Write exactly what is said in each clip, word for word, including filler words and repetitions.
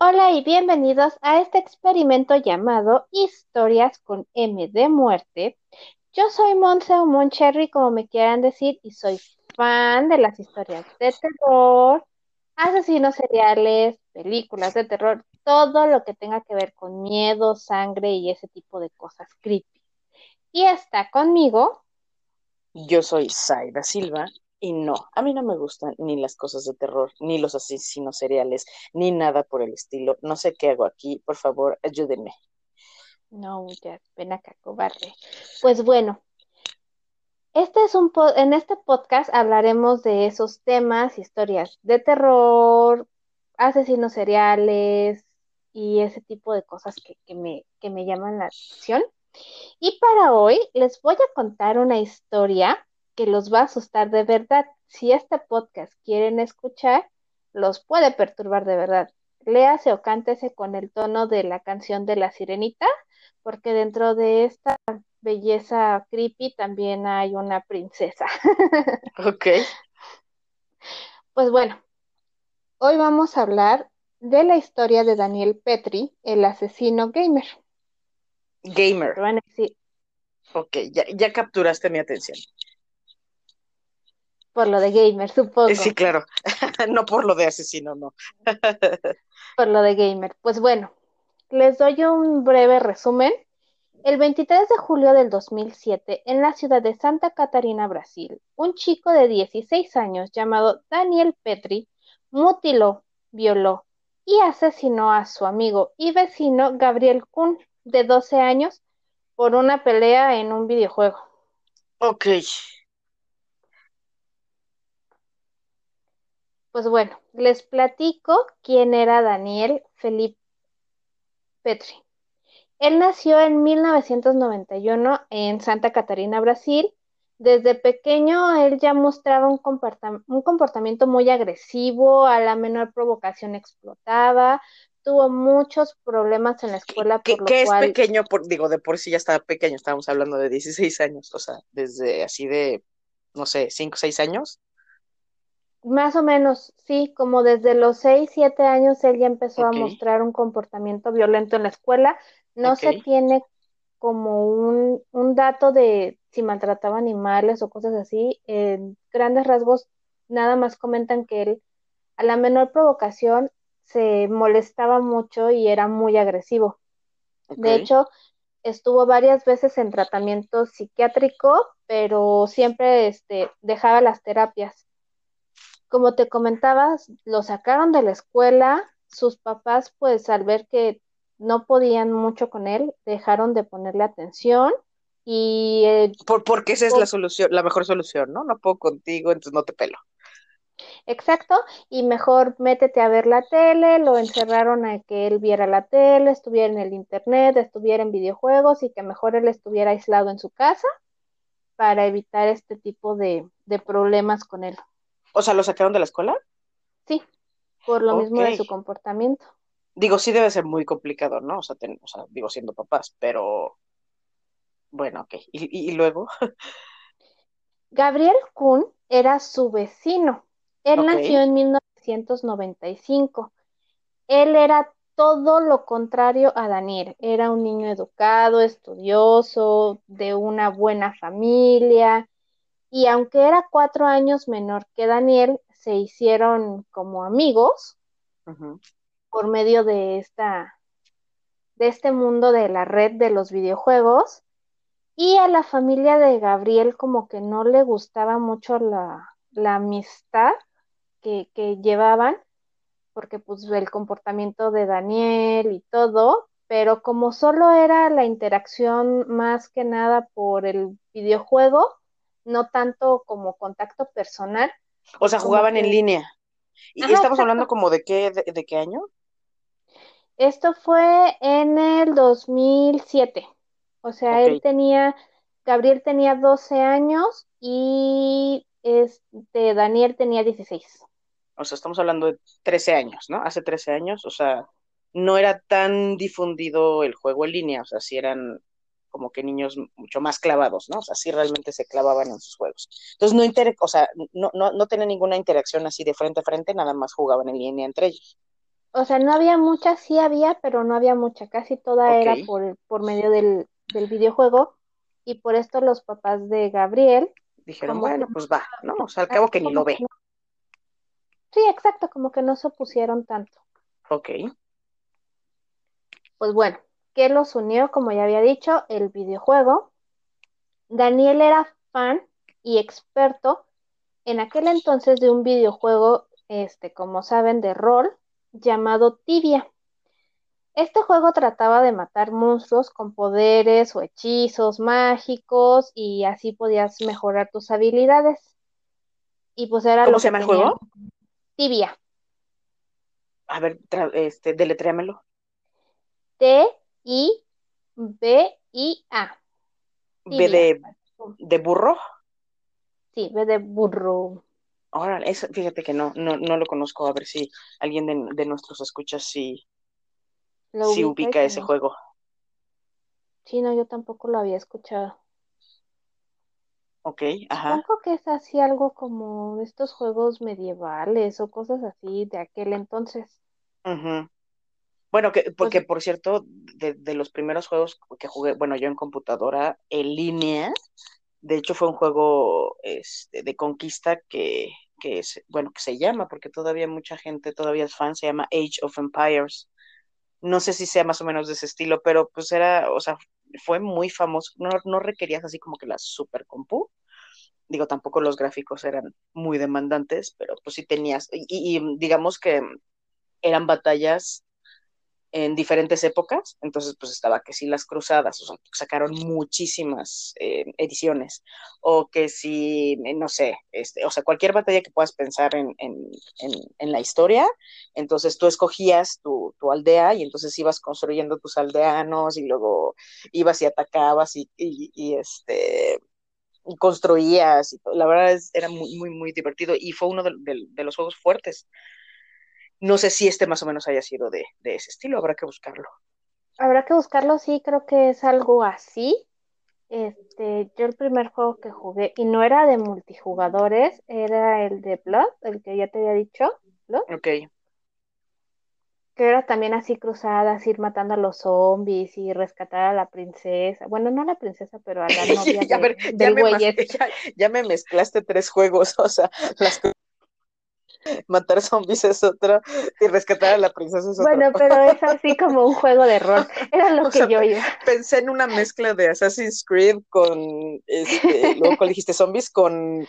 Hola y bienvenidos a este experimento llamado Historias con M de muerte. Yo soy Monse o Moncherry, como me quieran decir, y soy fan de las historias de terror, asesinos seriales, películas de terror, todo lo que tenga que ver con miedo, sangre y ese tipo de cosas creepy. Y está conmigo. Yo soy Zaida Silva y no, a mí no me gustan ni las cosas de terror, ni los asesinos seriales, ni nada por el estilo. No sé qué hago aquí, por favor, ayúdenme. No, ya, ven acá, cobarde. Pues bueno. Este es un po- en este podcast hablaremos de esos temas, historias de terror, asesinos seriales y ese tipo de cosas que, que me, que me llaman la atención. Y para hoy les voy a contar una historia que los va a asustar de verdad. Si este podcast quieren escuchar, los puede perturbar de verdad. Léase o cántese con el tono de la canción de La Sirenita, porque dentro de esta belleza creepy también hay una princesa. Ok, Pues bueno, hoy vamos a hablar de la historia de Daniel Petri, el asesino gamer. gamer. Pero van a decir, Ok, ya, ya capturaste mi atención. por lo de gamer, Eh, Sí, supongo. claro, no por lo de asesino, no. Por lo de gamer. Pues bueno, les doy un breve resumen. El veintitrés de julio del dos mil siete, en la ciudad de Santa Catarina, Brasil, un chico de dieciséis años llamado Daniel Petri mutiló, violó y asesinó a su amigo y vecino Gabriel Kuhn, de doce años, por una pelea en un videojuego. Ok, Pues bueno, les platico quién era Daniel Felipe Petri. Él nació en mil novecientos noventa y uno en Santa Catarina, Brasil. Desde pequeño él ya mostraba un, comporta- un comportamiento muy agresivo, a la menor provocación explotaba, tuvo muchos problemas en la escuela, por ¿Qué, lo qué es cual pequeño? Por, digo, de por sí ya estaba pequeño, estábamos hablando de dieciséis años, o sea, desde así de, no sé, cinco o seis años. más o menos, sí, como desde los seis siete años él ya empezó a Ok, mostrar un comportamiento violento en la escuela. No ok. se tiene como un, un dato de si maltrataba animales o cosas así. En grandes rasgos, nada más comentan que él, a la menor provocación, se molestaba mucho y era muy agresivo. Ok. De hecho, estuvo varias veces en tratamiento psiquiátrico, pero siempre este, dejaba las terapias. Como te comentabas, lo sacaron de la escuela, sus papás, pues al ver que no podían mucho con él, dejaron de ponerle atención y eh, Por, porque esa es la po- solución, la mejor solución, ¿no? No puedo contigo, entonces no te pelo. exacto, y mejor métete a ver la tele, lo encerraron a que él viera la tele, estuviera en el internet, estuviera en videojuegos y que mejor él estuviera aislado en su casa para evitar este tipo de, de problemas con él. O sea, ¿lo sacaron de la escuela? Sí, por lo Ok. mismo de su comportamiento. Digo, sí debe ser muy complicado, ¿no? O sea, ten- o sea, digo, siendo papás, pero bueno, ok. Y, y- y luego, Gabriel Kuhn era su vecino. Él ok, nació en mil novecientos noventa y cinco. Él era todo lo contrario a Daniel. Era un niño educado, estudioso, de una buena familia. Y aunque era cuatro años menor que Daniel, se hicieron como amigos ujú, por medio de esta, de este mundo de la red de los videojuegos. Y a la familia de Gabriel como que no le gustaba mucho la, la amistad que, que llevaban, porque pues el comportamiento de Daniel y todo, pero como solo era la interacción más que nada por el videojuego, no tanto como contacto personal, o pues sea, como jugaban en que, línea. ¿Y ajá, estamos hablando exacto. como de qué, de, de qué año? Esto fue en el dos mil siete. O sea, Ok, él tenía, Gabriel tenía doce años y este Daniel tenía dieciséis. o sea, estamos hablando de trece años, ¿no? Hace trece años, o sea, no era tan difundido el juego en línea, o sea, sí eran como que niños mucho más clavados, ¿no? O sea, sí realmente se clavaban en sus juegos. Entonces, no inter, o sea, no, no, no tenían ninguna interacción así de frente a frente, nada más jugaban en línea entre ellos. O sea, no había mucha, sí había, pero no había mucha. Casi toda Ok, era por, por medio del, del videojuego. Y por esto los papás de Gabriel, dijeron, como que, bueno, pues va, ¿no? O sea, al cabo ajá, que ni lo como que ve. no. Sí, exacto, como que no se opusieron tanto. Ok, Pues bueno, ¿qué los unió? Como ya había dicho, el videojuego. Daniel era fan y experto en aquel entonces de un videojuego, este, como saben, de rol llamado Tibia. Este juego trataba de matar monstruos con poderes o hechizos mágicos y así podías mejorar tus habilidades. Y pues era ¿cómo lo se que llama el tenía juego? Tibia. A ver, tra- este, deletréamelo. T-I-B-I-A. B de, Tibia. de burro. Sí, B de burro. Órale, eso, fíjate que no, no, no lo conozco. A ver si alguien de, de nuestros escuchas sí, Lo sí ubica y ubica ese conoce. juego. Sí, no, yo tampoco lo había escuchado. Ok, ajá. Supongo que es así algo como de estos juegos medievales o cosas así de aquel entonces. Ujú. Bueno, que, Pues, porque por cierto, de, de los primeros juegos que jugué, bueno, yo en computadora, en línea, de hecho fue un juego este, de conquista que, que es, bueno, que se llama, porque todavía mucha gente todavía es fan, se llama Age of Empires. No sé si sea más o menos de ese estilo, pero pues era, o sea, fue muy famoso. No, no requerías así como que la super compu. Digo, tampoco los gráficos eran muy demandantes, pero pues sí tenías, y, y digamos que eran batallas en diferentes épocas, entonces pues estaba que si las cruzadas, o sea, sacaron muchísimas eh, ediciones, o que si, eh, no sé, este, o sea, cualquier batalla que puedas pensar en, en, en, en la historia, entonces tú escogías tu, tu, aldea y entonces ibas construyendo tus aldeanos y luego ibas y atacabas y, y, y este y construías, y la verdad es, era muy, muy, muy divertido y fue uno de, de, de los juegos fuertes. No sé si este más o menos haya sido de, de ese estilo, habrá que buscarlo. habrá que buscarlo, sí, creo que es algo así. Este, yo el primer juego que jugué, y no era de multijugadores, era el de Blood, el que ya te había dicho, Blood, Ok. que era también así cruzadas, ir matando a los zombies y rescatar a la princesa. Bueno, no a la princesa, pero a la novia a de, ver, ya del me, güey mas, este. ya, ya me mezclaste tres juegos, o sea, las matar zombies es otro y rescatar a la princesa es otro. Bueno, pero es así como un juego de rol. Era lo o que sea, yo iba. pensé en una mezcla de Assassin's Creed con, este, luego cuál dijiste, zombies con,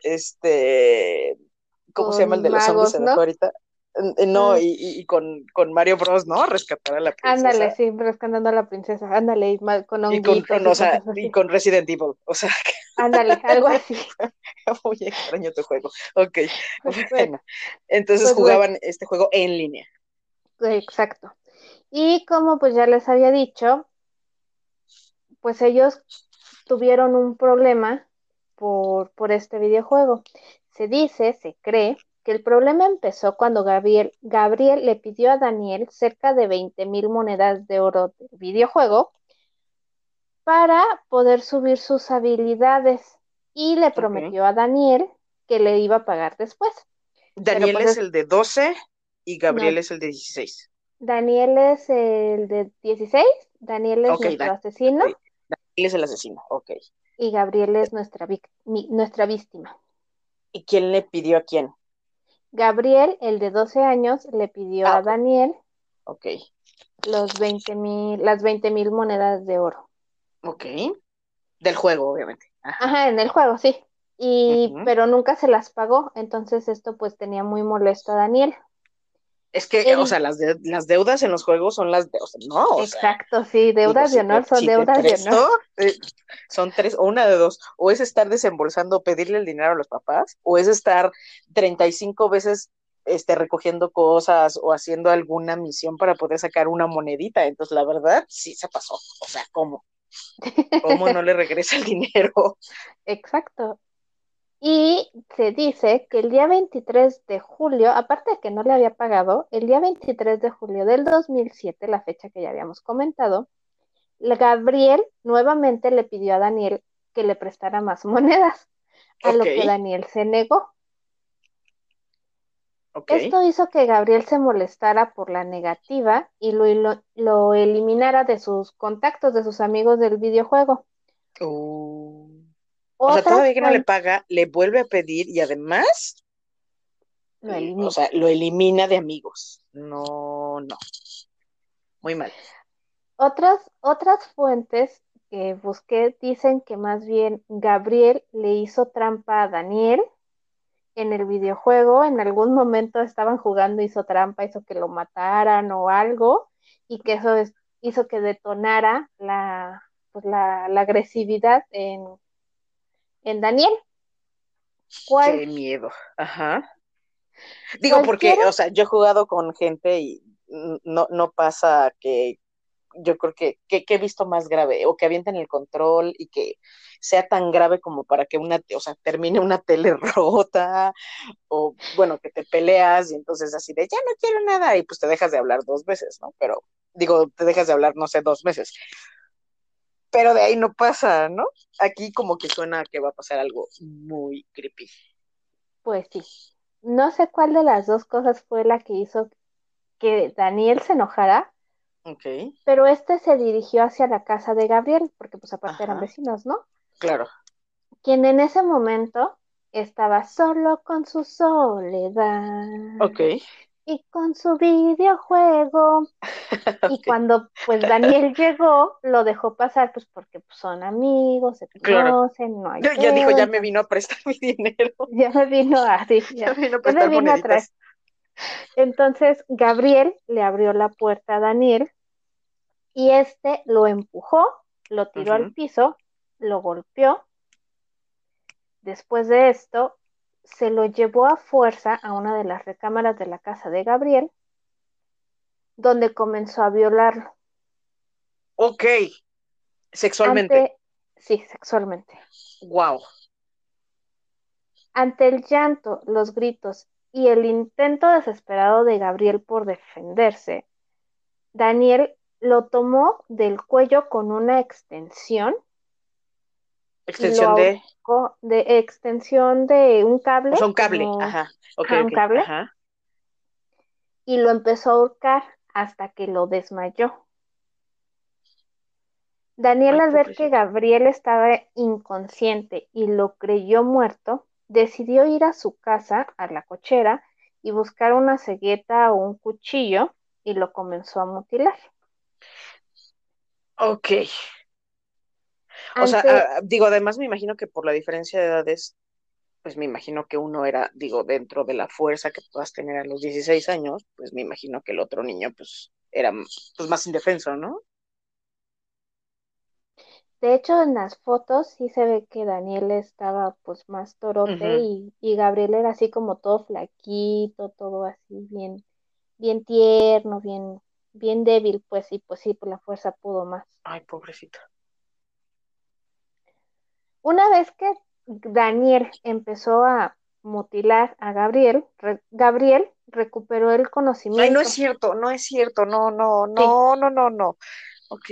este, ¿cómo se llama el Con de los zombies? magos, Se me fue ¿no? ahorita. No, Mm, y, y, y con, con, Mario Bros, ¿no? Rescatar a la ándale, princesa. sí, rescatando a la princesa. Ándale, y ma- con Y con, honguitos con, y o sea, cosas y así. con Resident Evil. O sea, Ándale, algo así. muy extraño tu juego. Ok, Pues, pues, bueno. Entonces pues bueno, jugaban este juego en línea. exacto. Y como pues ya les había dicho, pues ellos tuvieron un problema por, por este videojuego. Se dice, se cree, que el problema empezó cuando Gabriel, Gabriel le pidió a Daniel cerca de veinte mil monedas de oro del videojuego para poder subir sus habilidades y le Ok. prometió a Daniel que le iba a pagar después. Pero Daniel pues es es, el de doce y Gabriel no, es el de dieciséis. Daniel es el de dieciséis, Daniel es Ok, nuestro Dan- asesino ok. Daniel es el asesino. Ok. y Gabriel es nuestra, vic- mi- nuestra víctima. ¿Y quién le pidió a quién? Gabriel, el de doce años, le pidió Ah, a ok. Daniel Ok. los veinte mil, las veinte mil monedas de oro. Ok. Del juego, obviamente. Ajá. Ajá, en el juego, sí. Y, Ujú. pero nunca se las pagó, entonces esto pues tenía muy molesto a Daniel. Es que, o Él, sea, las, de, las deudas en los juegos son las de, o sea, no, o sea, exacto, sí, digo, deudas de si honor te, son si te deudas de honor. presto, eh, son tres, o una de dos, o es estar desembolsando, pedirle el dinero a los papás, o es estar treinta y cinco veces este, recogiendo cosas o haciendo alguna misión para poder sacar una monedita. Entonces, la verdad, sí se pasó. O sea, ¿cómo? ¿Cómo no le regresa el dinero? Exacto. Y se dice que el día veintitrés de julio, aparte de que no le había pagado, el día veintitrés de julio del dos mil siete, la fecha que ya habíamos comentado, Gabriel nuevamente le pidió a Daniel que le prestara más monedas, a Ok, lo que Daniel se negó. Ok. Esto hizo que Gabriel se molestara por la negativa y lo, lo, lo eliminara de sus contactos, de sus amigos del videojuego. Uh, o sea, Otras todavía que no le fuentes paga, le vuelve a pedir y además, lo l- o elimina. sea, lo elimina de amigos. No, no, muy mal. Otras, otras fuentes que busqué dicen que más bien Gabriel le hizo trampa a Daniel en el videojuego. En algún momento estaban jugando, hizo trampa, hizo que lo mataran o algo, y que eso es- hizo que detonara la, pues la, la agresividad en, en Daniel. Cual, Qué miedo. Ajá. Digo, porque, cualquiera, o sea, yo he jugado con gente y mm, no, no pasa que yo creo que, que, que he visto más grave, o que avienten el control y que sea tan grave como para que una, o sea, termine una tele rota, o bueno, que te peleas y entonces así de, ya no quiero nada, y pues te dejas de hablar dos veces, ¿no? Pero, digo, te dejas de hablar, no sé, dos meses, pero de ahí no pasa, ¿no? Aquí como que suena que va a pasar algo muy creepy. pues sí. No sé cuál de las dos cosas fue la que hizo que Daniel se enojara, Ok, pero este se dirigió hacia la casa de Gabriel, porque pues aparte eran ajá, vecinos, ¿no? claro, Quien en ese momento estaba solo con su soledad ok, y con su videojuego. Y ok, cuando pues Daniel llegó, lo dejó pasar, pues porque pues, son amigos, se claro. conocen, no hay Ya dijo, pedo, ya me vino a entonces prestar mi dinero, ya me vino a, sí, ya ya, me vino a ya me prestar vino a traer. moneditas. Entonces Gabriel le abrió la puerta a Daniel y este lo empujó, lo tiró al Ujú. piso, lo golpeó. Después de esto, se lo llevó a fuerza a una de las recámaras de la casa de Gabriel, donde comenzó a violarlo. Ok, sexualmente, Ante, sí, sexualmente. wow, Ante el llanto, los gritos y el intento desesperado de Gabriel por defenderse, Daniel lo tomó del cuello con una extensión y lo extensión de, ahorcó de extensión de un o cable, sea, un cable, como ajá, ok, ajá, un ok, cable, ajá. y lo empezó a ahorcar hasta que lo desmayó. Daniel, Ay, al ver que pobrecito. Gabriel estaba inconsciente y lo creyó muerto, decidió ir a su casa, a la cochera, y buscar una cegueta o un cuchillo y lo comenzó a mutilar. Ok, o sea, Ante, ah, digo, además me imagino que por la diferencia de edades, pues me imagino que uno era, digo, dentro de la fuerza que puedas tener a los dieciséis años, pues me imagino que el otro niño, pues, era pues, más indefenso, ¿no? de hecho, en las fotos sí se ve que Daniel estaba pues más torote Ujú. y, y Gabriel era así como todo flaquito, todo así bien, bien tierno, bien, bien débil, pues y pues sí, por la fuerza pudo más. Ay, pobrecito. Una vez que Daniel empezó a mutilar a Gabriel, re- Gabriel recuperó el Ay, no es conocimiento. cierto, no es cierto, no, no, Sí, no, no, no, no. Ok.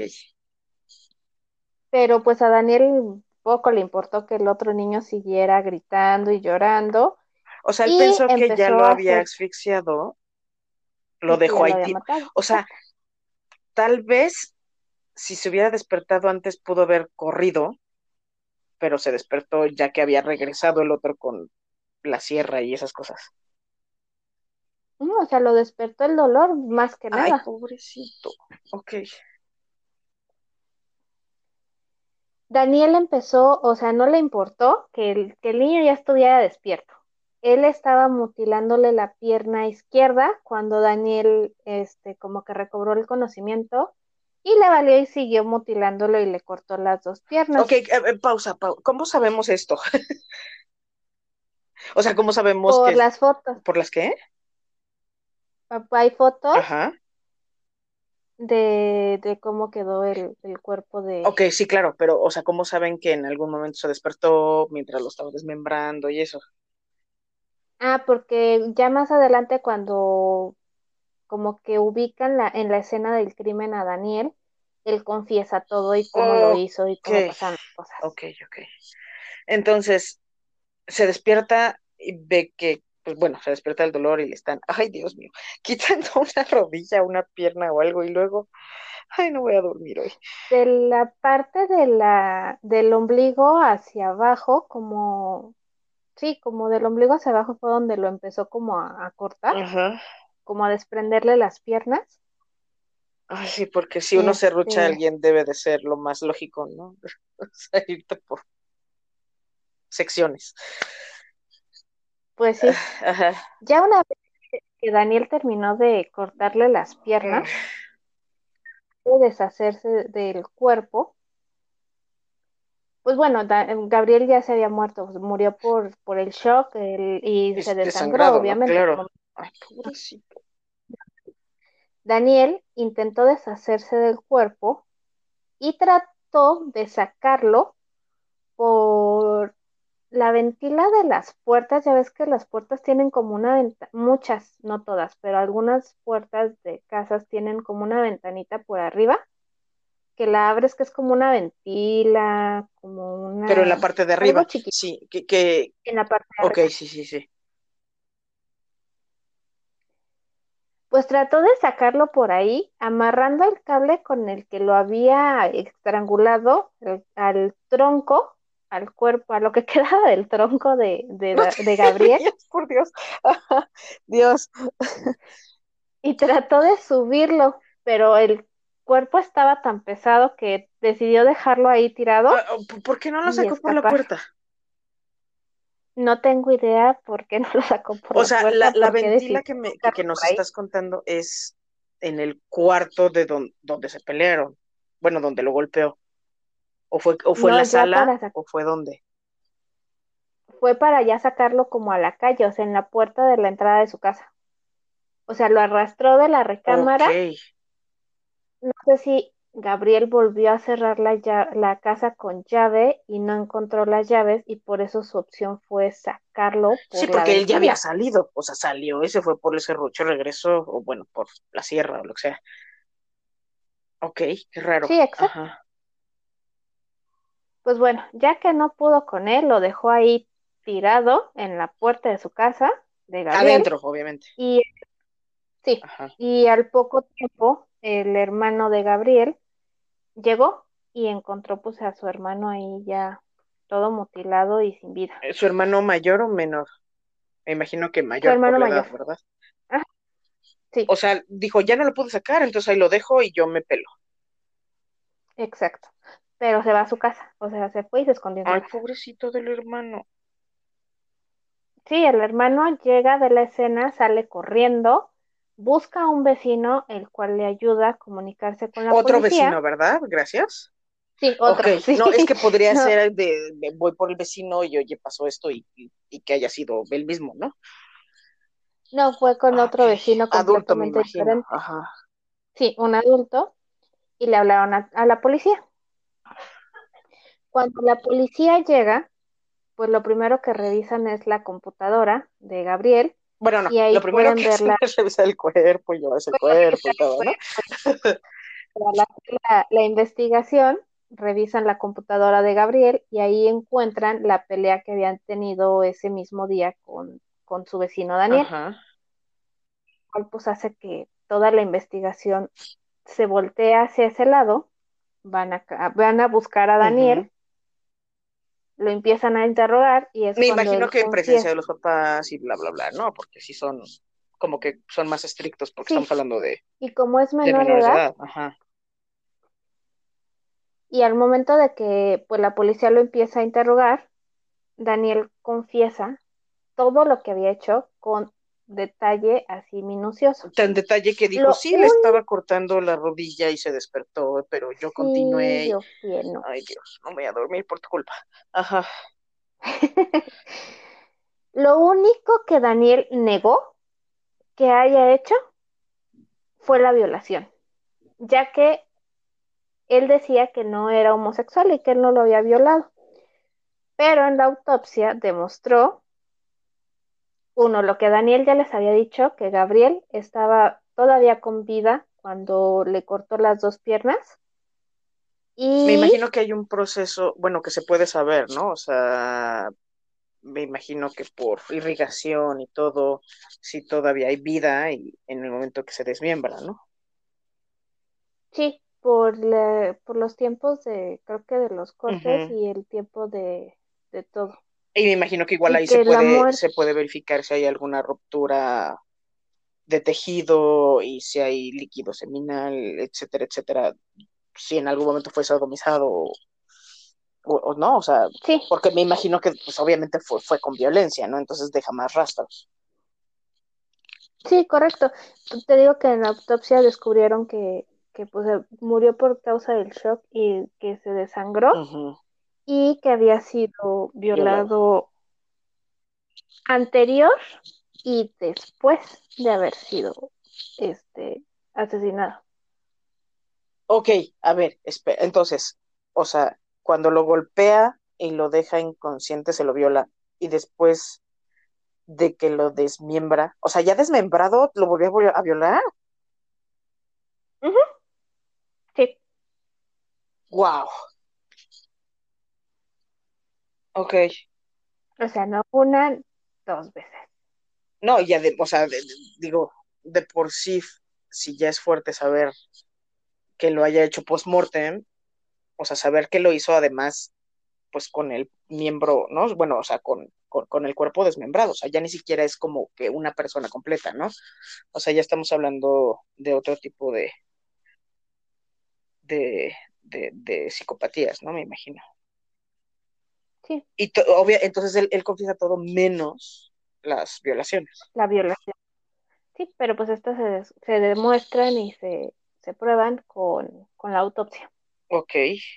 pero pues a Daniel poco le importó que el otro niño siguiera gritando y llorando O sea, él y pensó que ya empezó lo a había hacer asfixiado, lo y que dejó ya lo ahí. había ti- matado. O sea, Exacto. tal vez si se hubiera despertado antes pudo haber corrido, pero se despertó ya que había regresado el otro con la sierra y esas cosas. No, o sea, lo despertó el dolor más que Ay, nada. pobrecito. Ok. Daniel empezó, o sea, no le importó que el, que el niño ya estuviera despierto. Él estaba mutilándole la pierna izquierda cuando Daniel, este, como que recobró el conocimiento y le valió y siguió mutilándolo y le cortó las dos Ok, piernas. eh, eh, pausa, pausa. ¿Cómo sabemos esto? O sea, ¿cómo sabemos Por que las fotos, por las qué? hay fotos Ajá. de, de cómo quedó el, el cuerpo de... Ok, sí, claro, pero, o sea, ¿cómo saben que en algún momento se despertó mientras lo estaba desmembrando y eso? Ah, porque ya más adelante cuando como que ubican la, en la escena del crimen a Daniel, él confiesa todo y cómo lo hizo y Ok, cómo pasaron las cosas. ok, ok. Entonces, se despierta y ve que pues bueno, se despierta el dolor y le están, ay Dios mío, quitando una rodilla, una pierna o algo y luego, ay, no voy a dormir hoy. De la parte de la, del ombligo hacia abajo, como, sí, como del ombligo hacia abajo fue donde lo empezó como a, a cortar, Ajá. como a desprenderle las piernas. Ay, sí, porque si uno se rucha a Este, alguien debe de ser lo más lógico, ¿no? O sea, irte por secciones. pues sí, Ajá. ya una vez que Daniel terminó de cortarle las piernas, de deshacerse del cuerpo, pues bueno, Da- Gabriel ya se había muerto, pues, murió por, por el shock el- y se Es desangró, desangrado, ¿no? obviamente. Claro. Como Ay, pobrecito. Daniel intentó deshacerse del cuerpo y trató de sacarlo por la ventila de las puertas. Ya ves que las puertas tienen como una ventana, muchas, no todas, pero algunas puertas de casas tienen como una ventanita por arriba, que la abres, que es como una ventila, como Pero en la una, parte de algo arriba, chiquito sí, que, que, en la parte de ok, arriba. sí, sí, sí. Pues trató de sacarlo por ahí, amarrando el cable con el que lo había estrangulado el- al tronco, al cuerpo, a lo que quedaba del tronco de, de, No Da- te de Gabriel, rías, por Dios. Ajá, Dios. y trató de subirlo, pero el cuerpo estaba tan pesado que decidió dejarlo ahí tirado Ah, ah, ¿por qué no lo y sacó por la escapar. puerta? No tengo idea por qué no lo sacó por O la sea, la, puerta, la porque ventila decidió que, me, que, que sacarlo por nos ahí. estás contando es en el cuarto de don- donde se pelearon. Bueno, donde lo golpeó. ¿O fue, o fue en No, la ya sala? para sacar, ¿O fue dónde? fue para ya sacarlo como a la calle, o sea, en la puerta de la entrada de su casa. O sea, lo arrastró de la Ok. recámara. No sé si Gabriel volvió a cerrar la, lla- la casa con llave y no encontró las llaves y por eso su opción fue sacarlo Sí, por la porque él ya había ventila. salido. O sea, salió y se fue por ese rocho, regresó, o bueno, por la sierra o lo que sea. Ok, qué raro. Sí, exacto. Ajá. Pues bueno, ya que no pudo con él, lo dejó ahí tirado en la puerta de su casa de Gabriel Adentro, obviamente. y sí, Ajá. y al poco tiempo el hermano de Gabriel llegó y encontró pues a su hermano ahí ya todo mutilado y sin vida. ¿Es ¿Su hermano mayor o menor? Me imagino que Su mayor por hermano la mayor. edad, ¿verdad? Ah, sí, O sea, dijo, ya no lo pude sacar, entonces ahí lo dejo y yo me pelo. exacto. Pero se va a su casa, o sea, se fue y se escondió en su Ay, casa. pobrecito del hermano. Sí, el hermano llega de la escena, sale corriendo, busca a un vecino, el cual le ayuda a comunicarse con la Otro policía. vecino, ¿verdad? Gracias. Sí, Ok, otro, sí. no, es que podría No, ser de, de voy por el vecino y oye, pasó esto y, y, y que haya sido él mismo, ¿no? no fue con Ok, otro vecino adulto me completamente imagino, diferente. ajá. Sí, un adulto, y le hablaron a, a la policía. Cuando la policía llega, pues lo primero que revisan es la computadora de Gabriel Bueno, no, y ahí lo primero pueden que ver hacen la, es revisar el cuerpo y llevarse el cuerpo y todo, ¿no? al hacer la, la investigación, revisan la computadora de Gabriel y ahí encuentran la pelea que habían tenido ese mismo día con, con su vecino Daniel, Ajá. cual pues hace que toda la investigación se voltee hacia ese lado, van a, van a buscar a Ujú. Daniel, lo empiezan a interrogar y es Me cuando imagino él que en presencia confiesa. de los papás y bla, bla, bla, ¿no? Porque sí son, como que son más estrictos porque estamos Sí, hablando de, y como es de menor de menores de edad, edad, ajá. y al momento de que pues la policía lo empieza a interrogar, Daniel confiesa todo lo que había hecho con detalle así minucioso. Tan detalle que dijo, Lo sí, le único, estaba cortando la rodilla y se despertó, pero yo sí, continué. yo fui el no. Ay, Dios, no voy a dormir por tu culpa. Ajá. Lo único que Daniel negó que haya hecho fue la violación, ya que él decía que no era homosexual y que él no lo había violado. Pero en la autopsia demostró, uno, lo que Daniel ya les había dicho, que Gabriel estaba todavía con vida cuando le cortó las dos piernas. Me Y imagino que hay un proceso, bueno, que se puede saber, ¿no? O sea, me imagino que por irrigación y todo, sí todavía hay vida y en el momento que se desmiembra, ¿no? Sí, por, la- por los tiempos de, creo que de los cortes Ujú. y el tiempo de, de todo. Y me imagino que igual Y ahí se que la puede, muerte, se puede verificar si hay alguna ruptura de tejido y si hay líquido seminal, etcétera, etcétera, si en algún momento fue sodomizado o, o- o no, o sea, sí, porque me imagino que pues obviamente fue, fue con violencia, ¿no? Entonces deja más rastros. sí, correcto. Te digo que en la autopsia descubrieron que, que pues, eh, murió por causa del shock y que se desangró Ujú. y que había sido Violado. violado anterior y después de haber sido este asesinado. Ok, a ver, espe- entonces, o sea, cuando lo golpea y lo deja inconsciente, se lo viola y después de que lo desmiembra, o sea, ya desmembrado, lo volvió a vol- a violar. Ujú, sí, Wow. Ok. o sea, no una, dos veces. No, ya de, o sea, de- de- digo, de por sí, si ya es fuerte saber que lo haya hecho post-mortem, o sea, saber que lo hizo además, pues con el miembro, ¿no? Bueno, o sea, con, con, con el cuerpo desmembrado, o sea, ya ni siquiera es como que una persona completa, ¿no? O sea, ya estamos hablando de otro tipo de, de, de, de psicopatías, ¿no? Me imagino. Sí, Y to- obvia, entonces él, él confiesa todo menos las violaciones. la violación. Sí, pero pues estas se, des- se demuestran y se, se prueban con, con la autopsia. Ok.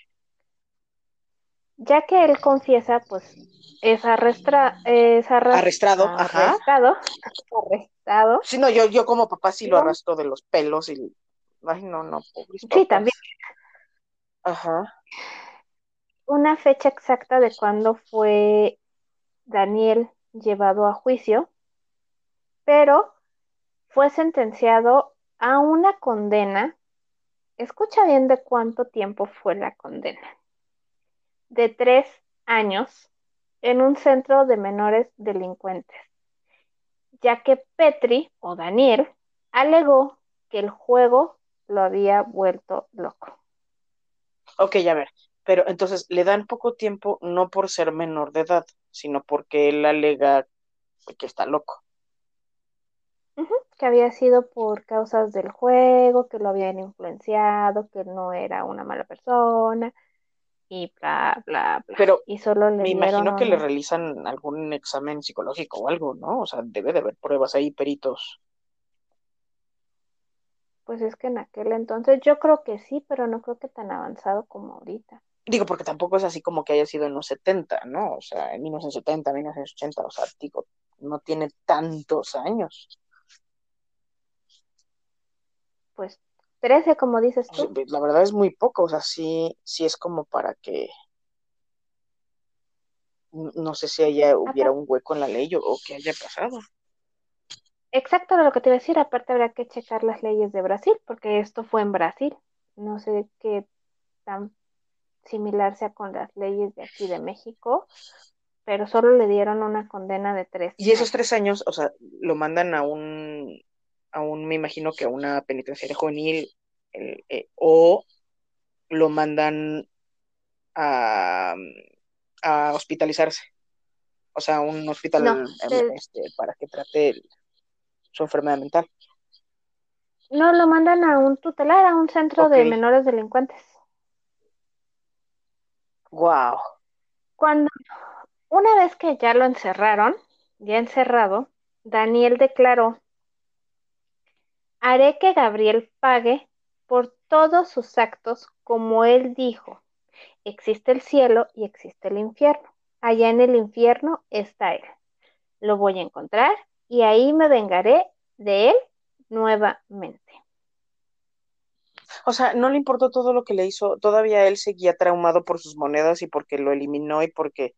Ya que él confiesa, pues es arrestra, es arras- Arrestado, ajá. arrestado, arrestado. Sí, no, yo, yo como papá sí lo No, arrastro de los pelos y, ay, no, no, pobres sí, también. papás. Ajá. Una fecha exacta de cuándo fue Daniel llevado a juicio, pero fue sentenciado a una condena. Escucha bien de cuánto tiempo fue la condena. De tres años en un centro de menores delincuentes, ya que Petri o Daniel alegó que el juego lo había vuelto loco. Ok, a ver, pero entonces le dan poco tiempo no por ser menor de edad, sino porque él alega que está loco. Ujú, que había sido por causas del juego, que lo habían influenciado, que no era una mala persona y bla, bla, bla. Pero Y solo le me dieron imagino que le una, realizan algún examen psicológico o algo, ¿no? O sea, debe de haber pruebas ahí, peritos. pues es que en aquel entonces yo creo que sí, pero no creo que tan avanzado como ahorita. Digo, porque tampoco es así como que haya sido en los setenta, ¿no? O sea, en mil novecientos setenta, mil novecientos ochenta, o sea, digo, no tiene tantos años. Pues trece como dices O sea, tú. la verdad es muy poco, o sea, sí, sí es como para que, n- no sé si haya, hubiera Aparte, un hueco en la ley o, o qué haya pasado. exacto lo que te iba a decir, aparte habrá que checar las leyes de Brasil, porque esto fue en Brasil. No sé qué tan similar sea con las leyes de aquí de México, pero solo le dieron una condena de tres Y esos años. tres años, o sea, lo mandan a un, a un, me imagino que a una penitenciaria juvenil, eh, eh, o lo mandan a, a hospitalizarse, o sea, a un No, hospital em, te- este, para que trate el- su enfermedad mental. no lo mandan a un tutelar, a un centro Ok, de menores delincuentes. wow. Cuando, una vez que ya lo encerraron, ya encerrado, Daniel declaró, haré que Gabriel pague por todos sus actos como él dijo. Existe el cielo y existe el infierno. Allá en el infierno está él. Lo voy a encontrar y ahí me vengaré de él nuevamente. O sea, no le importó todo lo que le hizo, todavía él seguía traumado por sus monedas y porque lo eliminó y porque,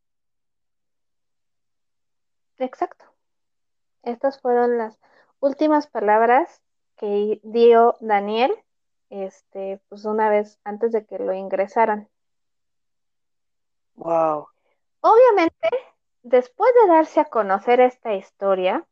Exacto. Estas fueron las últimas palabras que dio Daniel, este, pues una vez antes de que lo ingresaran. wow. Obviamente, después de darse a conocer esta historia,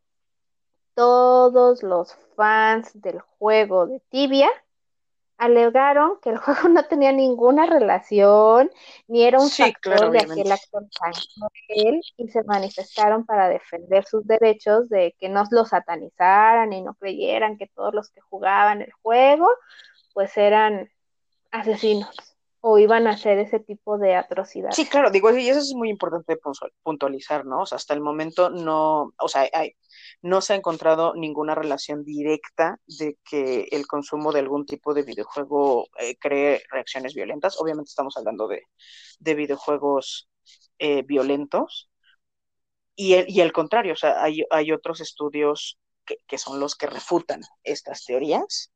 todos los fans del juego de Tibia alegaron que el juego no tenía ninguna relación, ni era un Sí, claro, factor de obviamente. aquel actor tan cruel, y se manifestaron para defender sus derechos de que no los satanizaran y no creyeran que todos los que jugaban el juego pues eran asesinos o iban a hacer ese tipo de atrocidades. Sí, claro, digo, y eso es muy importante puntual- puntualizar, ¿no? O sea, hasta el momento no, o sea, hay, no se ha encontrado ninguna relación directa de que el consumo de algún tipo de videojuego eh, cree reacciones violentas. Obviamente estamos hablando de, de videojuegos eh, violentos y el, y el contrario, o sea, hay, hay otros estudios que, que son los que refutan estas teorías.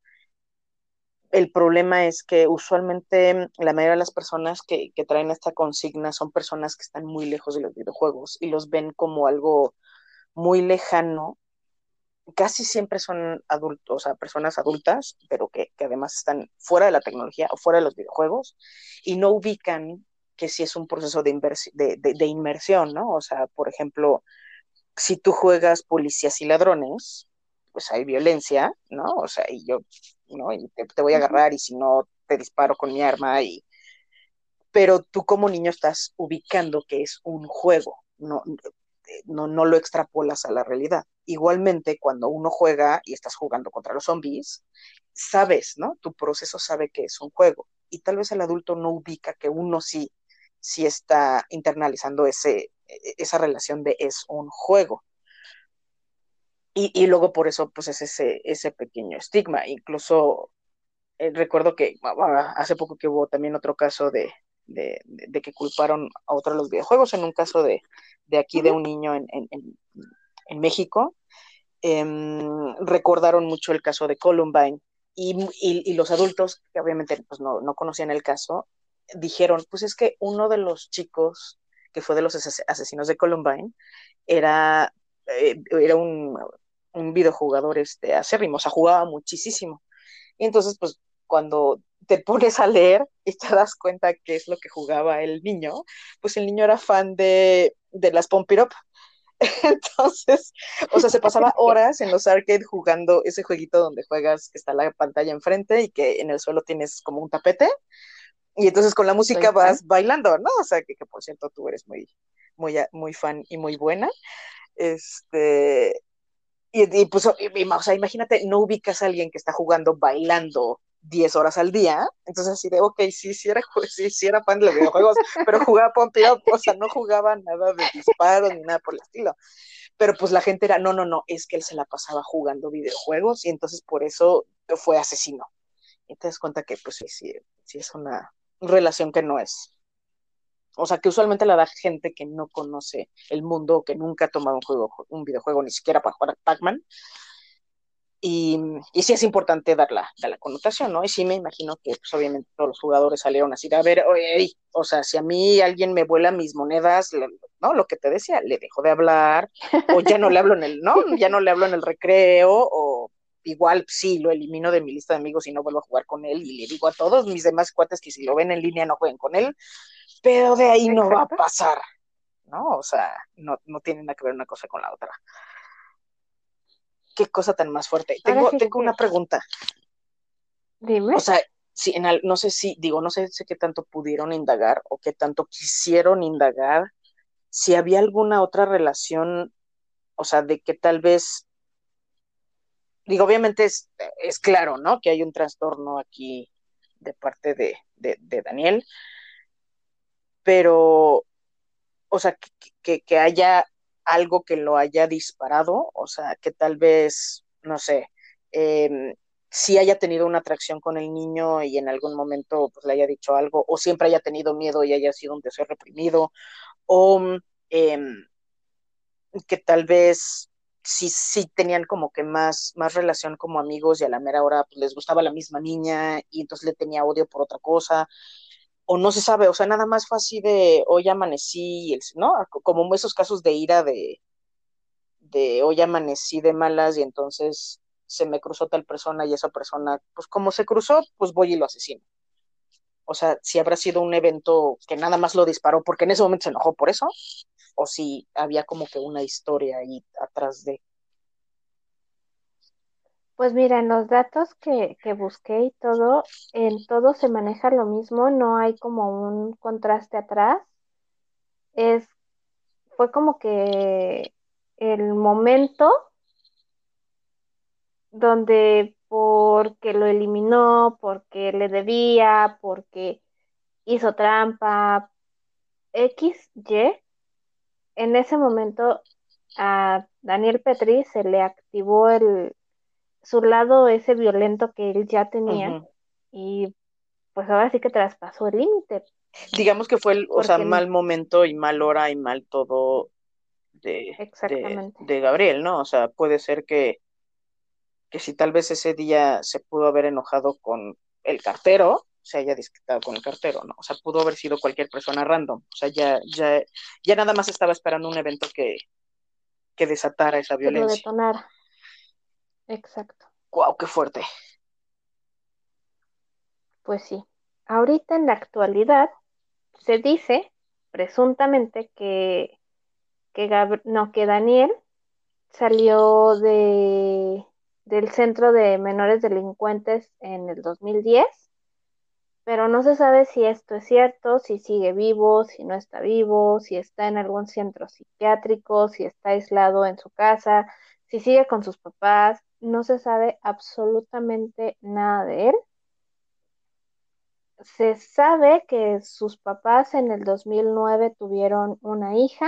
El problema es que usualmente la mayoría de las personas que, que traen esta consigna son personas que están muy lejos de los videojuegos y los ven como algo muy lejano. Casi siempre son adultos, o sea, personas adultas, pero que, que además están fuera de la tecnología o fuera de los videojuegos y no ubican que sí es un proceso de, inversi- de, de, de inmersión, ¿no? O sea, por ejemplo, si tú juegas policías y ladrones, pues hay violencia, ¿no? O sea, y yo, ¿no? Y te, te voy a Ujú. agarrar y si no, te disparo con mi arma y... Pero tú como niño estás ubicando que es un juego, no, no, no lo extrapolas a la realidad. Igualmente, cuando uno juega y estás jugando contra los zombies, sabes, ¿no? Tu proceso sabe que es un juego. Y tal vez el adulto no ubica que uno sí, sí está internalizando ese, esa relación de es un juego. Y, y luego por eso, pues es ese, ese pequeño estigma. Incluso eh, recuerdo que ah, hace poco que hubo también otro caso de, de, de que culparon a otro de los videojuegos, en un caso de, de aquí de Ujú. un niño en, en, en, en México. Eh, recordaron mucho el caso de Columbine y, y, y los adultos, que obviamente pues, no, no conocían el caso, dijeron, pues es que uno de los chicos que fue de los asesinos de Columbine era, eh, era un, un videojugador este, acérrimo, o sea, jugaba muchísimo. Y entonces, pues, cuando te pones a leer y te das cuenta qué es lo que jugaba el niño, pues el niño era fan de, de las Pump It Up. Entonces, o sea, se pasaba horas en los arcades jugando ese jueguito donde juegas, que está la pantalla enfrente y que en el suelo tienes como un tapete. Y entonces con la Soy música fan. vas bailando, ¿no? O sea, que, que por cierto tú eres muy, muy, muy fan y muy buena. Este, y, y pues, y, y, o sea, imagínate, no ubicas a alguien que está jugando, bailando diez horas al día, entonces así de, ok, sí, sí era, sí, sí era fan de los videojuegos, pero jugaba Pump It Up, o sea, no jugaba nada de disparos ni nada por el estilo, pero pues la gente era, no, no, no, es que él se la pasaba jugando videojuegos y entonces por eso fue asesino. Y te das cuenta que pues sí, sí, sí es una relación que no es. O sea, que usualmente la da gente que no conoce el mundo, que nunca ha tomado un, juego, un videojuego ni siquiera para jugar a Pac-Man. Y, y sí es importante dar la, dar la connotación, ¿no? Y sí me imagino que, pues, obviamente, todos los jugadores salieron así de, a ver, oye, o sea, si a mí alguien me vuela mis monedas, le, ¿no? Lo que te decía, le dejo de hablar, o ya no le hablo en el, ¿no? Ya no le hablo en el recreo, o igual sí, lo elimino de mi lista de amigos y no vuelvo a jugar con él, y le digo a todos mis demás cuates que si lo ven en línea no jueguen con él, pero de ahí no va a Exacto. pasar, ¿no? O sea, no, no tiene nada que ver una cosa con la otra. Qué cosa tan más fuerte. Ahora Tengo, sí tengo una que, pregunta. dime. O sea, si en al- no sé si, digo, no sé, sé qué tanto pudieron indagar o qué tanto quisieron indagar, si había alguna otra relación, o sea, de que tal vez, digo, obviamente es, es claro, ¿no? Que hay un trastorno aquí de parte de, de, de Daniel, pero, o sea, que, que, que haya algo que lo haya disparado, o sea, que tal vez, no sé, eh, si haya tenido una atracción con el niño y en algún momento pues, le haya dicho algo, o siempre haya tenido miedo y haya sido un deseo reprimido, o eh, que tal vez sí, sí tenían como que más, más relación como amigos y a la mera hora pues, les gustaba la misma niña y entonces le tenía odio por otra cosa, o no se sabe, o sea, nada más fue así de hoy amanecí, ¿no? Como esos casos de ira de, de hoy amanecí de malas y entonces se me cruzó tal persona y esa persona, pues como se cruzó, pues voy y lo asesino. O sea, si habrá sido un evento que nada más lo disparó porque en ese momento se enojó por eso, o si había como que una historia ahí atrás de. Pues mira, en los datos que, que busqué y todo, en todo se maneja lo mismo, no hay como un contraste atrás. Es, fue como que el momento donde porque lo eliminó, porque le debía, porque hizo trampa, X, Y, en ese momento a Daniel Petri se le activó el, su lado ese violento que él ya tenía Ujú. y pues ahora sí que traspasó el límite, Digamos que fue, el, o sea, porque mal momento y mal hora y mal todo de, de, exactamente, de Gabriel, ¿no? O sea, puede ser que, que si tal vez ese día se pudo haber enojado con el cartero, se haya discretado con el cartero, ¿no? O sea, pudo haber sido cualquier persona random. O sea, ya, ya, ya nada más estaba esperando un evento que, que desatara esa que lo violencia. detonara, exacto. ¡Guau, qué fuerte! Pues sí, ahorita en la actualidad se dice presuntamente que, que, Gab- no, que Daniel salió de, del centro de menores delincuentes en el dos mil diez, pero no se sabe si esto es cierto, si sigue vivo, si no está vivo, si está en algún centro psiquiátrico, si está aislado en su casa, si sigue con sus papás. No se sabe absolutamente nada de él. Se sabe que sus papás en el dos mil nueve tuvieron una hija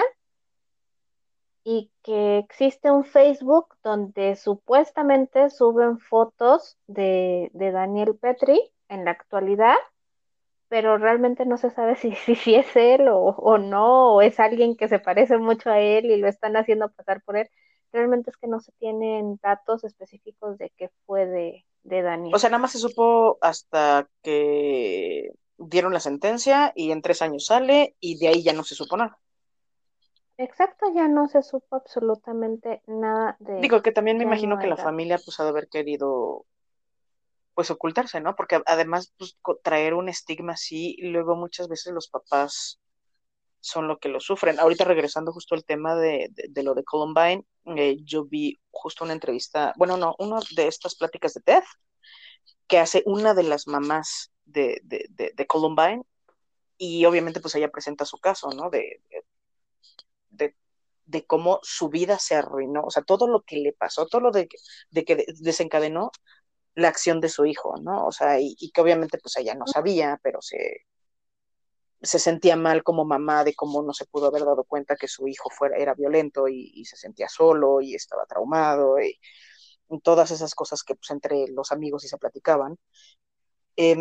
y que existe un Facebook donde supuestamente suben fotos de, de Daniel Petri en la actualidad, pero realmente no se sabe si, si, si es él o, o no, o es alguien que se parece mucho a él y lo están haciendo pasar por él. Realmente es que no se tienen datos específicos de qué fue de, de O Daniel. sea, nada más se supo hasta que dieron la sentencia y en tres años sale y de ahí ya no se supo nada. Exacto, ya no se supo absolutamente nada de él. Digo que también me Ya imagino no que hay la datos. familia pues ha de haber querido pues ocultarse, ¿no? Porque además pues co- traer un estigma así, y luego muchas veces los papás son lo que lo sufren. Ahorita regresando justo al tema de, de, de lo de Columbine, eh, yo vi justo una entrevista, bueno, no, una de estas pláticas de TED que hace una de las mamás de, de, de, de Columbine y obviamente pues ella presenta su caso, ¿no? De, de, de cómo su vida se arruinó, o sea, todo lo que le pasó, todo lo de, de que desencadenó la acción de su hijo, ¿no? O sea, y, y que obviamente pues ella no sabía, pero se, se sentía mal como mamá de cómo no se pudo haber dado cuenta que su hijo fuera, era violento y, y se sentía solo y estaba traumado y, y todas esas cosas que pues entre los amigos y se platicaban. Eh,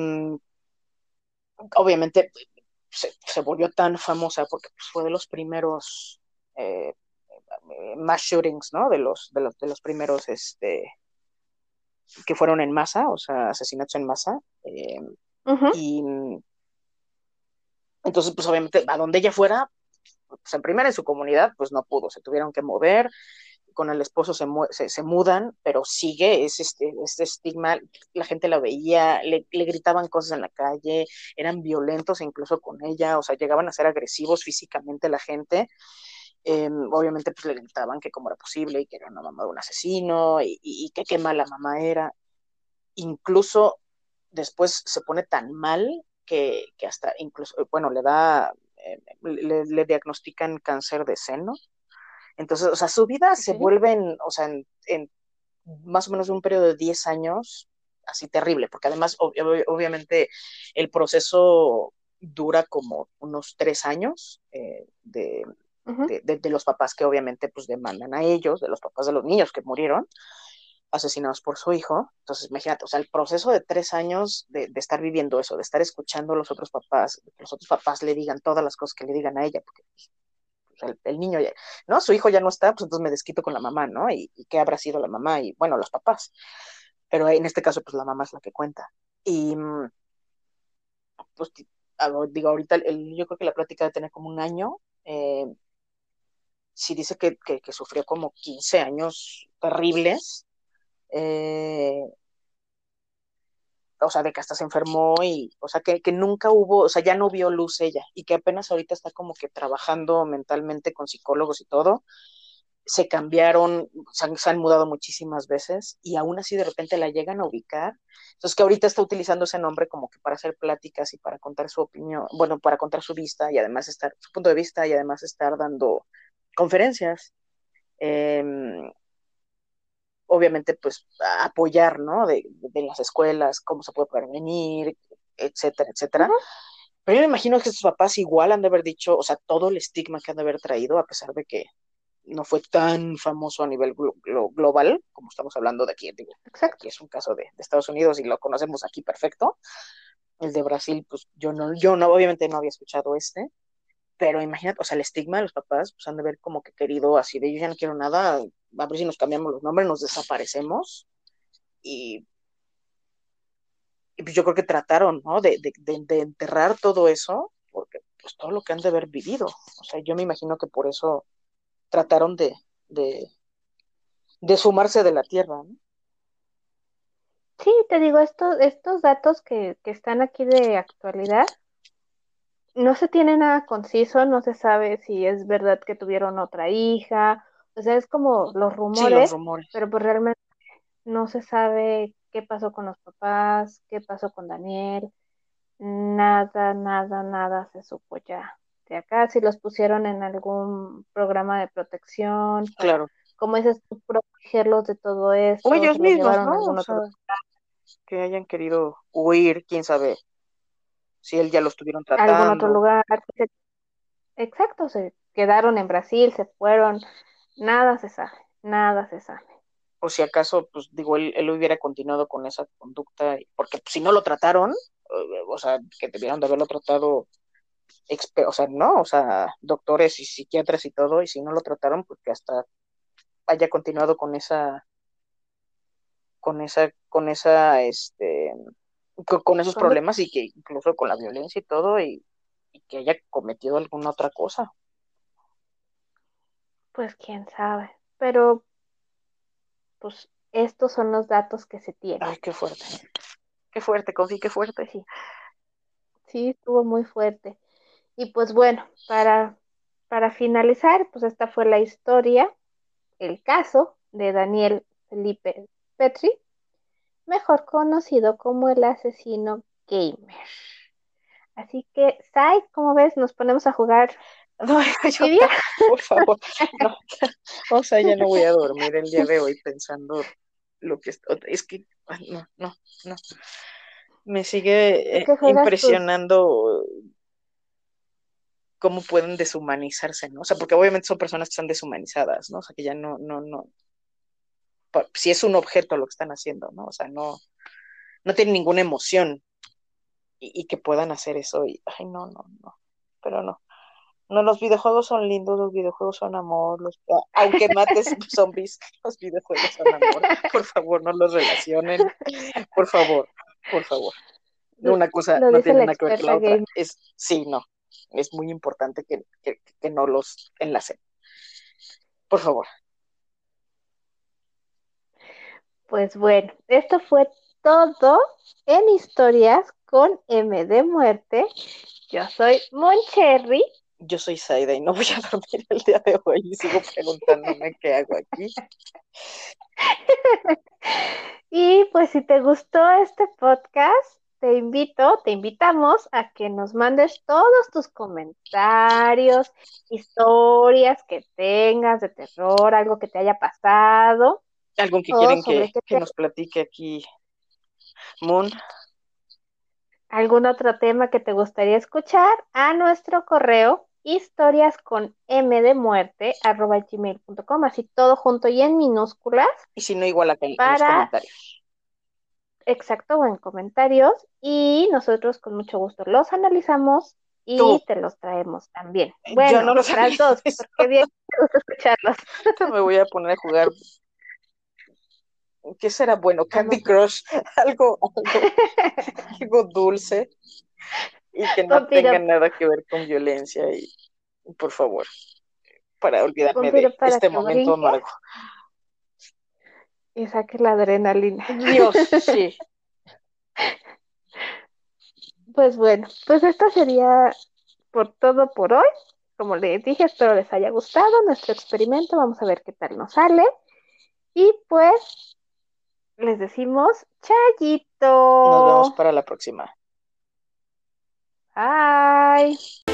Obviamente se, se, volvió tan famosa porque pues, fue de los primeros eh, mass shootings, ¿no? De los, de los, de los primeros este, que fueron en masa, o sea, asesinatos en masa. Eh, Ujú. y entonces, pues obviamente, a donde ella fuera, pues en primera en su comunidad, pues no pudo, se tuvieron que mover, con el esposo se, mu se, se mudan, pero sigue ese este, este estigma, la gente la veía, le, le, gritaban cosas en la calle, eran violentos incluso con ella, o sea, llegaban a ser agresivos físicamente la gente. Eh, obviamente pues le gritaban que cómo era posible y que era una mamá de un asesino y, y, y que qué mala mamá era. Incluso después se pone tan mal que, que hasta incluso, bueno, le da, eh, le, le, diagnostican cáncer de seno. Entonces, o sea, su vida se Ok. vuelve en, o sea, en, en más o menos un periodo de diez años así terrible, porque además, ob obviamente, el proceso dura como unos tres años eh, de, Ujú. de, de, de, los papás que obviamente pues demandan a ellos, de los papás de los niños que murieron asesinados por su hijo. Entonces, imagínate, o sea, el proceso de tres años de, de estar viviendo eso, de estar escuchando a los otros papás, que los otros papás le digan todas las cosas que le digan a ella, porque pues, el, el, niño, ya, ¿no? Su hijo ya no está, pues entonces me desquito con la mamá, ¿no? Y, y qué habrá sido la mamá y, bueno, los papás. Pero en este caso, pues la mamá es la que cuenta. Y, pues, digo, ahorita el, yo creo que la plática debe tener como un año. Eh, sí dice que, que, que, sufrió como quince años terribles. Eh, o sea, de que hasta se enfermó y, o sea, que, que nunca hubo, o sea, ya no vio luz ella y que apenas ahorita está como que trabajando mentalmente con psicólogos y todo, se cambiaron, se han, se han mudado muchísimas veces y aún así de repente la llegan a ubicar. Entonces que ahorita está utilizando ese nombre como que para hacer pláticas y para contar su opinión, bueno, para contar su vista y además estar, su punto de vista y además estar dando conferencias. Eh, Obviamente, pues, apoyar, ¿no? De, de las escuelas, cómo se puede prevenir, etcétera, etcétera. Ujú. Pero yo me imagino que sus papás igual han de haber dicho, o sea, todo el estigma que han de haber traído, a pesar de que no fue tan famoso a nivel glo glo global, como estamos hablando de aquí, digo, Exacto. aquí es un caso de, de, Estados Unidos y lo conocemos aquí perfecto. El de Brasil, pues yo no, yo no, obviamente no había escuchado este, pero imagínate, o sea, el estigma de los papás, pues han de haber como que querido así de yo ya no quiero nada, a ver si nos cambiamos los nombres, nos desaparecemos y, y pues yo creo que trataron, ¿no? De, de, de, de enterrar todo eso, porque pues todo lo que han de haber vivido, o sea, yo me imagino que por eso trataron de, de, de sumarse de la tierra, ¿no? Sí, te digo, estos, estos datos que, que están aquí de actualidad, no se tiene nada conciso, no se sabe si es verdad que tuvieron otra hija, o sea, es como los Sí, los rumores, rumores. pero pues realmente no se sabe qué pasó con los papás, qué pasó con Daniel, nada, nada, nada se supo ya de acá, si los pusieron en algún programa de protección para, Claro. como dices tú, protegerlos de todo O esto, ellos se los mismos, llevaron a ¿no? O algún otro sea, lugar. que hayan querido huir, quién sabe si él ya lo estuvieron A algún otro tratando, lugar. se- Exacto, se quedaron en Brasil, se fueron, nada se sabe, nada se sabe. o si acaso, pues digo, él, él hubiera continuado con esa conducta, porque pues, si no lo trataron, eh, o sea, que debieron de haberlo tratado, expe- o sea, no, o sea, doctores y psiquiatras y todo, y si no lo trataron, pues que hasta haya continuado con esa, con esa, con esa, este, co- con esos Conducta, problemas y que incluso con la violencia y todo, y, y que haya cometido alguna otra cosa. pues quién sabe. Pero pues estos son los datos que se tienen. Ay, qué fuerte, qué fuerte, Confi, qué fuerte. Sí, sí, estuvo muy fuerte. Y pues bueno, para, para finalizar, pues esta fue la historia, el caso de Daniel Felipe Petri, mejor conocido como el asesino gamer. Así que, Sai, ¿cómo ves? Nos ponemos a jugar No, yo trivia. tampoco, por favor, no, o sea, ya no voy a dormir el día de hoy pensando lo que es, es que, ay, no, no, no, me ¿Tú sigue eh, qué juegas tus impresionando cómo pueden deshumanizarse, ¿no? O sea, porque obviamente son personas que están deshumanizadas, ¿no? O sea, que ya no, no, no, pa- si es un objeto lo que están haciendo, ¿no? O sea, no, no tienen ninguna emoción y, y que puedan hacer eso y, ay, no, no, no, pero no. No, los videojuegos son lindos, los videojuegos son amor, los, aunque mates zombies, los videojuegos son amor. Por favor, no los relacionen. Por favor, por favor. Una cosa Lo no dice tiene la nada que ver con la experta otra. gamer. Es, sí, no. Es muy importante que, que, que no los enlacen. Por favor. Pues bueno, esto fue todo en historias con M de muerte. Yo soy Moncherry Yo soy Saida y no voy a dormir el día de hoy y sigo preguntándome qué hago aquí. y pues si te gustó este podcast, te invito, te invitamos a que nos mandes todos tus comentarios, historias que tengas de terror, algo que te haya pasado Algo que o quieren sobre que, qué que te nos platique aquí, Moon. algún otro tema que te gustaría escuchar a nuestro correo historias con m de muerte arroba gmail punto com, así todo junto y en minúsculas Y si no, igual acá en, en los para comentarios. exacto o en comentarios y nosotros con mucho gusto los analizamos Tú, y te los traemos también. yo no Bueno, los las dos, analizo. porque bien te gusta escucharlos. Me voy a poner a jugar. ¿Qué será bueno? Candy Vamos. Crush, algo, algo, algo dulce y que no Pump it tenga up, nada que ver con violencia y, por favor, para olvidarme pump it de up para este que momento brinques amargo. y saques la adrenalina. Dios, sí. Pues bueno, pues esto sería por todo por hoy. Como les dije, espero les haya gustado nuestro experimento. Vamos a ver qué tal nos sale. Y pues les decimos Nos vemos chayito. para la próxima. Bye.